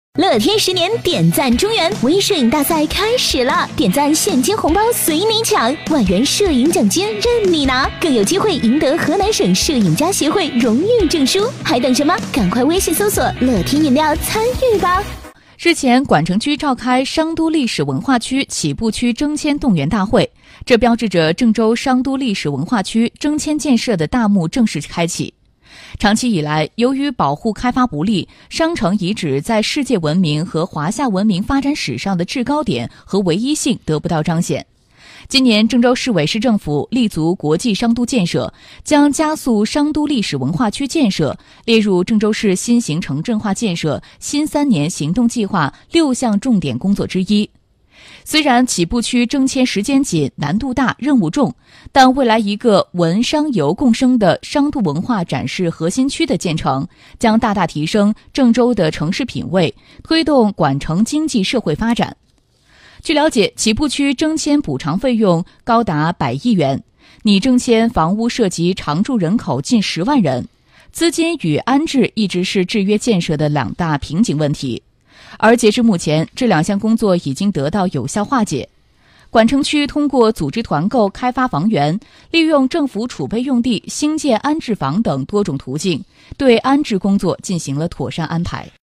乐天10年点赞中原微摄影大赛开始了，点赞现金红包随你抢，万元摄影奖金任你拿，更有机会赢得河南省摄影家协会荣誉证书，还等什么？赶快微信搜索乐天饮料参与吧！ 日前，管城区召开商都历史文化区起步区征迁动员大会，这标志着郑州商都历史文化区征迁建设的大幕正式开启。长期以来，由于保护开发不力，商城遗址在世界文明和华夏文明发展史上的制高点和唯一性得不到彰显。今年，郑州市委市政府立足国际商都建设，将加速商都历史文化区建设列入郑州市新型城镇化建设新3年行动计划6项重点工作之一。虽然起步区征迁时间紧、难度大、任务重，但未来一个文商游共生的商都文化展示核心区的建成，将大大提升郑州的城市品位，推动管城经济社会发展。据了解，起步区征迁补偿费用高达100亿元，拟征迁房屋涉及常住人口近10万人，资金与安置一直是制约建设的2大瓶颈问题。而截至目前，这2项工作已经得到有效化解。管城区通过组织团购开发房源，利用政府储备用地兴建安置房等多种途径，对安置工作进行了妥善安排。